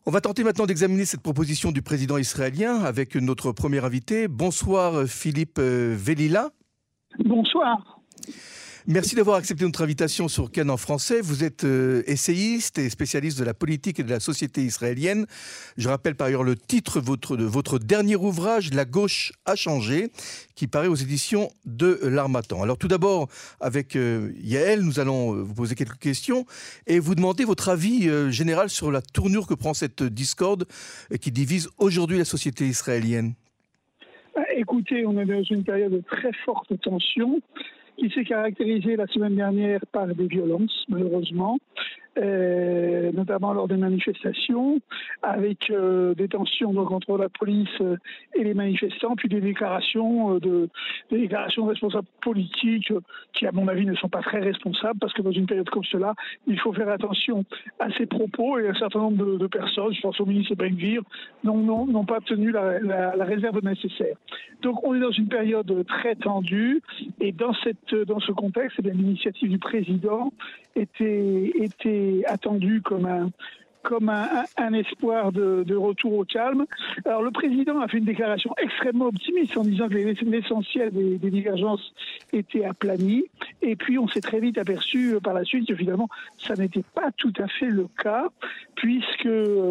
On va tenter maintenant d'examiner cette proposition du président israélien avec notre premier invité. Bonsoir Philippe Velila. Bonsoir. Merci d'avoir accepté notre invitation sur Cannes en français. Vous êtes essayiste et spécialiste de la politique et de la société israélienne. Je rappelle par ailleurs le titre de votre dernier ouvrage, La gauche a changé, qui paraît aux éditions de l'Harmattan. Alors tout d'abord, avec Yael, nous allons vous poser quelques questions et vous demander votre avis général sur la tournure que prend cette discorde qui divise aujourd'hui la société israélienne. Écoutez, on est dans une période de très forte tension qui s'est caractérisée la semaine dernière par des violences, malheureusement, notamment lors des manifestations, avec des tensions donc, entre la police et les manifestants, puis des déclarations de responsables politiques qui, à mon avis, ne sont pas très responsables, parce que dans une période comme cela, il faut faire attention à ces propos, et un certain nombre de personnes, je pense au ministre Ben Gvir, n'ont pas tenu la réserve nécessaire. Donc on est dans une période très tendue, et dans ce contexte, l'initiative du président était attendue comme un espoir de retour au calme. Alors le président a fait une déclaration extrêmement optimiste en disant que l'essentiel des divergences était aplani. Et puis on s'est très vite aperçu par la suite que finalement ça n'était pas tout à fait le cas, puisque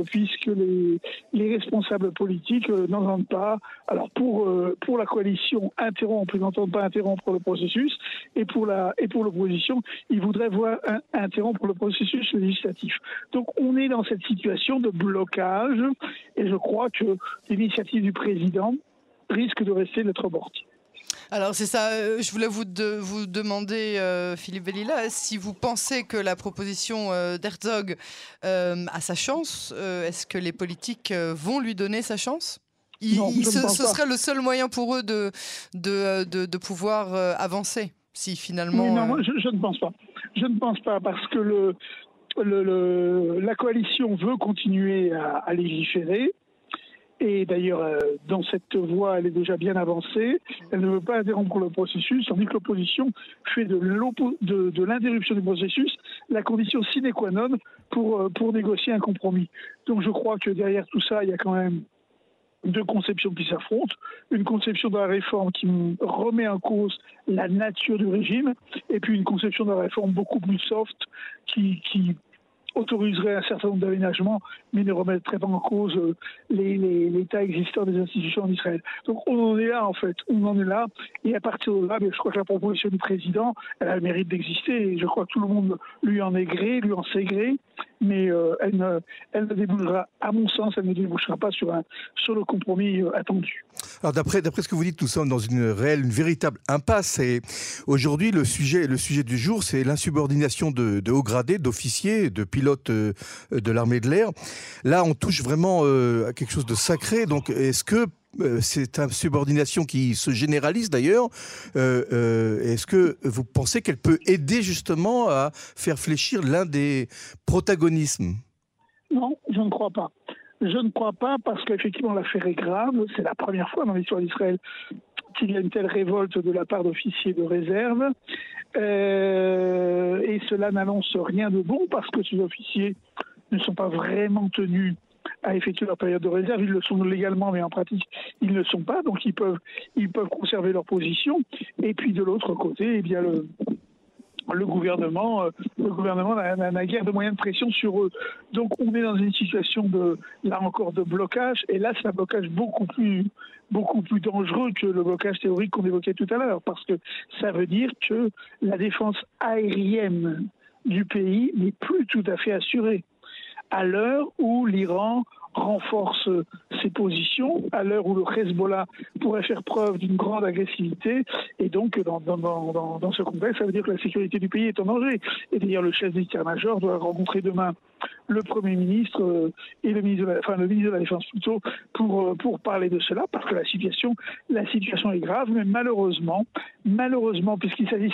les responsables politiques n'entendent pas. Alors pour la coalition, ils n'entendent pas interrompre le processus, et pour l'opposition, ils voudraient voir interrompre le processus législatif. Donc on est dans cette situation de blocage, et je crois que l'initiative du président risque de rester lettre morte. Alors c'est ça, je voulais vous demander, Philippe Velila, si vous pensez que la proposition d'Herzog a sa chance, est-ce que les politiques vont lui donner sa chance ? Ce serait le seul moyen pour eux de pouvoir avancer, si finalement... Oui, non, je ne pense pas. Je ne pense pas, parce que la coalition veut continuer à légiférer. Et d'ailleurs, dans cette voie, elle est déjà bien avancée. Elle ne veut pas interrompre le processus, tandis que l'opposition fait de l'interruption du processus la condition sine qua non pour négocier un compromis. Donc je crois que derrière tout ça, il y a quand même deux conceptions qui s'affrontent. Une conception de la réforme qui remet en cause la nature du régime, et puis une conception de la réforme beaucoup plus soft qui autoriserait un certain nombre d'aménagements, mais ne remettrait pas en cause l'état existant des institutions en Israël. Donc on en est là, en fait. On en est là. Et à partir de là, je crois que la proposition du président, elle a le mérite d'exister. Et je crois que tout le monde lui en sait gré. Mais elle ne débouchera, à mon sens, elle ne débouchera pas sur le compromis attendu. Alors d'après ce que vous dites, nous sommes dans une véritable impasse. Et aujourd'hui, le sujet du jour, c'est l'insubordination de hauts gradés, d'officiers, de pilotes de l'armée de l'air. Là, on touche vraiment à quelque chose de sacré. Donc, est-ce que cette insubordination qui se généralise d'ailleurs, est-ce que vous pensez qu'elle peut aider justement à faire fléchir l'un des protagonismes ? Non, je ne crois pas. Je ne crois pas, parce qu'effectivement l'affaire est grave. C'est la première fois dans l'histoire d'Israël qu'il y a une telle révolte de la part d'officiers de réserve. Et cela n'annonce rien de bon, parce que ces officiers ne sont pas vraiment tenus à effectuer leur période de réserve. Ils le sont légalement, mais en pratique, ils ne le sont pas. Donc ils peuvent conserver leur position. Et puis de l'autre côté, eh bien le gouvernement n'a guère de moyens de pression sur eux. Donc on est dans une situation de blocage, et là c'est un blocage beaucoup plus dangereux que le blocage théorique qu'on évoquait tout à l'heure, parce que ça veut dire que la défense aérienne du pays n'est plus tout à fait assurée. À l'heure où l'Iran renforce ses positions, à l'heure où le Hezbollah pourrait faire preuve d'une grande agressivité, et donc dans ce contexte, ça veut dire que la sécurité du pays est en danger. Et d'ailleurs, le chef d'état-major doit rencontrer demain le Premier ministre et le ministre de la Défense plutôt, pour parler de cela, parce que la situation est grave, mais malheureusement, puisqu'il s'agit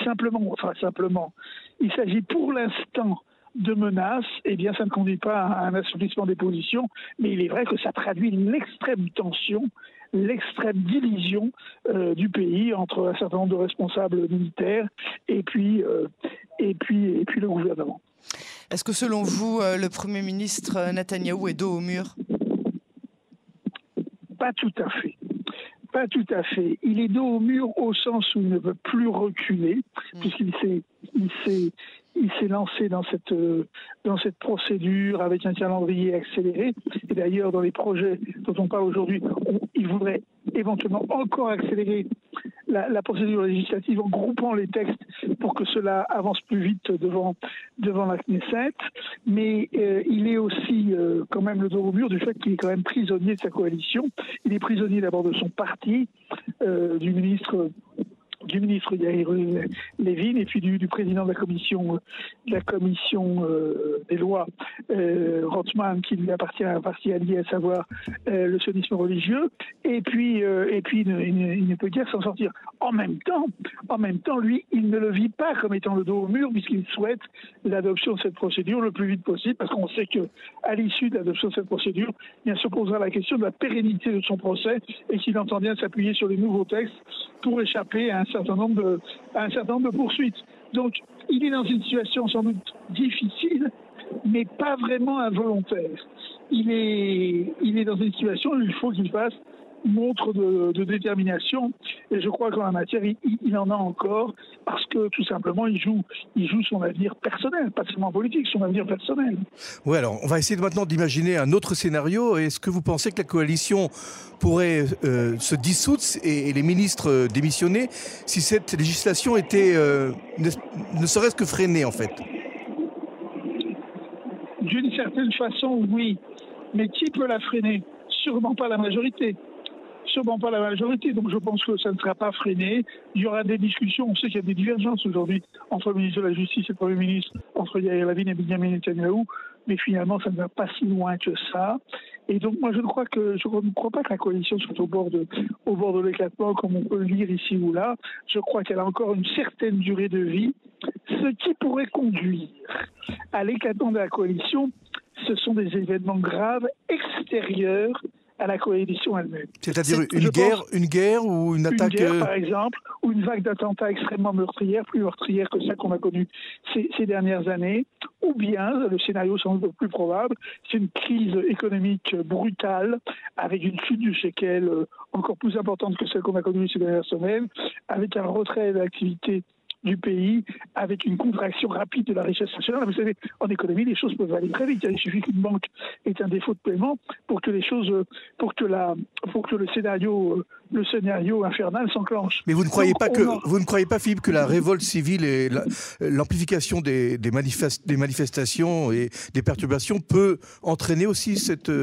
il s'agit pour l'instant de menaces, eh bien ça ne conduit pas à un assouplissement des positions, mais il est vrai que ça traduit l'extrême tension, l'extrême division du pays entre un certain nombre de responsables militaires et puis le gouvernement. Est-ce que selon vous, le Premier ministre Netanyahou est dos au mur? Pas tout à fait. Pas tout à fait. Il est dos au mur au sens où il ne veut plus reculer, puisqu'il s'est lancé dans cette procédure avec un calendrier accéléré. Et d'ailleurs, dans les projets dont on parle aujourd'hui, il voudrait éventuellement encore accélérer la procédure législative en groupant les textes pour que cela avance plus vite devant la Knesset. Mais il est aussi quand même le dos au mur du fait qu'il est quand même prisonnier de sa coalition. Il est prisonnier d'abord de son parti, du ministre Yair Levin et puis du président de la commission des lois, Rothman, qui lui appartient à un parti allié, à savoir le sionisme religieux. Et puis il ne peut guère s'en sortir. En même temps, lui, il ne le vit pas comme étant le dos au mur, puisqu'il souhaite l'adoption de cette procédure le plus vite possible, parce qu'on sait que à l'issue de l'adoption de cette procédure, il se posera la question de la pérennité de son procès et qu'il entend bien s'appuyer sur les nouveaux textes pour échapper à un certain nombre de poursuites. Donc, il est dans une situation sans doute difficile, mais pas vraiment involontaire. Il est dans une situation où il faut qu'il fasse montre de détermination, et je crois qu'en la matière, il en a encore, parce que tout simplement, il joue son avenir personnel, pas seulement politique, son avenir personnel. Oui, alors on va essayer maintenant d'imaginer un autre scénario. Est-ce que vous pensez que la coalition pourrait se dissoudre et les ministres démissionner si cette législation était ne serait-ce que freinée en fait? D'une certaine façon, oui. Mais qui peut la freiner? Sûrement pas la majorité. Donc je pense que ça ne sera pas freiné. Il y aura des discussions. On sait qu'il y a des divergences aujourd'hui entre le ministre de la Justice et le Premier ministre, entre Yair Lapid et Benjamin Netanyahou, mais finalement ça ne va pas si loin que ça. Et donc moi je ne crois pas que la coalition soit au bord de l'éclatement comme on peut le lire ici ou là. Je crois qu'elle a encore une certaine durée de vie. Ce qui pourrait conduire à l'éclatement de la coalition, ce sont des événements graves extérieurs à la coalition elle-même. C'est-à-dire une guerre ou une attaque... Une guerre, par exemple, ou une vague d'attentats extrêmement meurtrières, plus meurtrières que celle qu'on a connue ces dernières années, ou bien, le scénario sans doute le plus probable, c'est une crise économique brutale, avec une chute du shekel encore plus importante que celle qu'on a connue ces dernières semaines, avec un retrait de l'activité du pays, avec une contraction rapide de la richesse nationale. Vous savez, en économie, les choses peuvent aller très vite. Il suffit qu'une banque ait un défaut de paiement pour que le scénario infernal s'enclenche. Mais vous ne croyez pas, Philippe, que la révolte civile et l'amplification des manifestations et des perturbations peut entraîner aussi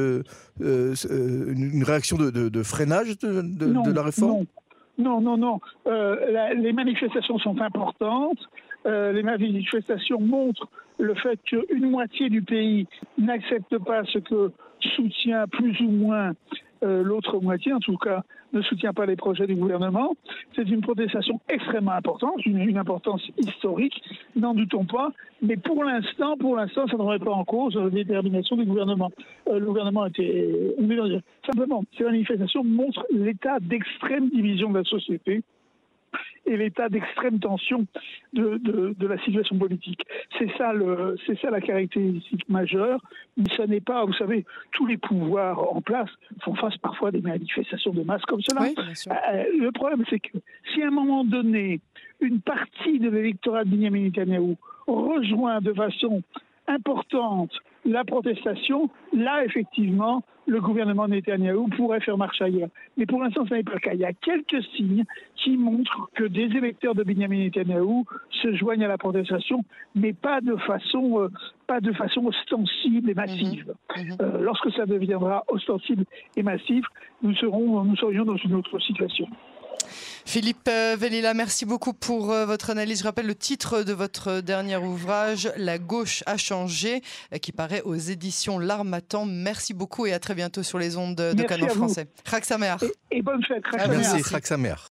une réaction de freinage de la réforme? Non. Les manifestations sont importantes. Les manifestations montrent le fait qu'une moitié du pays n'accepte pas ce que soutient plus ou moins l'autre moitié, en tout cas, ne soutient pas les projets du gouvernement. C'est une protestation extrêmement importante, une importance historique, n'en doutons pas. Mais pour l'instant, ça ne remet pas en cause la détermination du gouvernement. Le gouvernement simplement, ces manifestations montrent l'état d'extrême division de la société et l'état d'extrême tension de la situation politique. C'est ça la caractéristique majeure. Mais ça n'est pas, vous savez, tous les pouvoirs en place font face parfois à des manifestations de masse comme cela. Oui, bien sûr. Le problème, c'est que si à un moment donné, une partie de l'électorat de Benjamin Netanyahou rejoint de façon importante la protestation, là, effectivement, le gouvernement Netanyahou pourrait faire marche arrière. Mais pour l'instant, ce n'est pas le cas. Il y a quelques signes qui montrent que des électeurs de Benjamin Netanyahou se joignent à la protestation, mais pas de façon ostensible et massive. Lorsque ça deviendra ostensible et massif, nous serions dans une autre situation. Philippe Velila, merci beaucoup pour votre analyse. Je rappelle le titre de votre dernier ouvrage, La gauche a changé, qui paraît aux éditions L'Harmattan. Merci beaucoup et à très bientôt sur les ondes de Canon Français. Chag Sameach. Et bonne fête. Merci, Chag Sameach.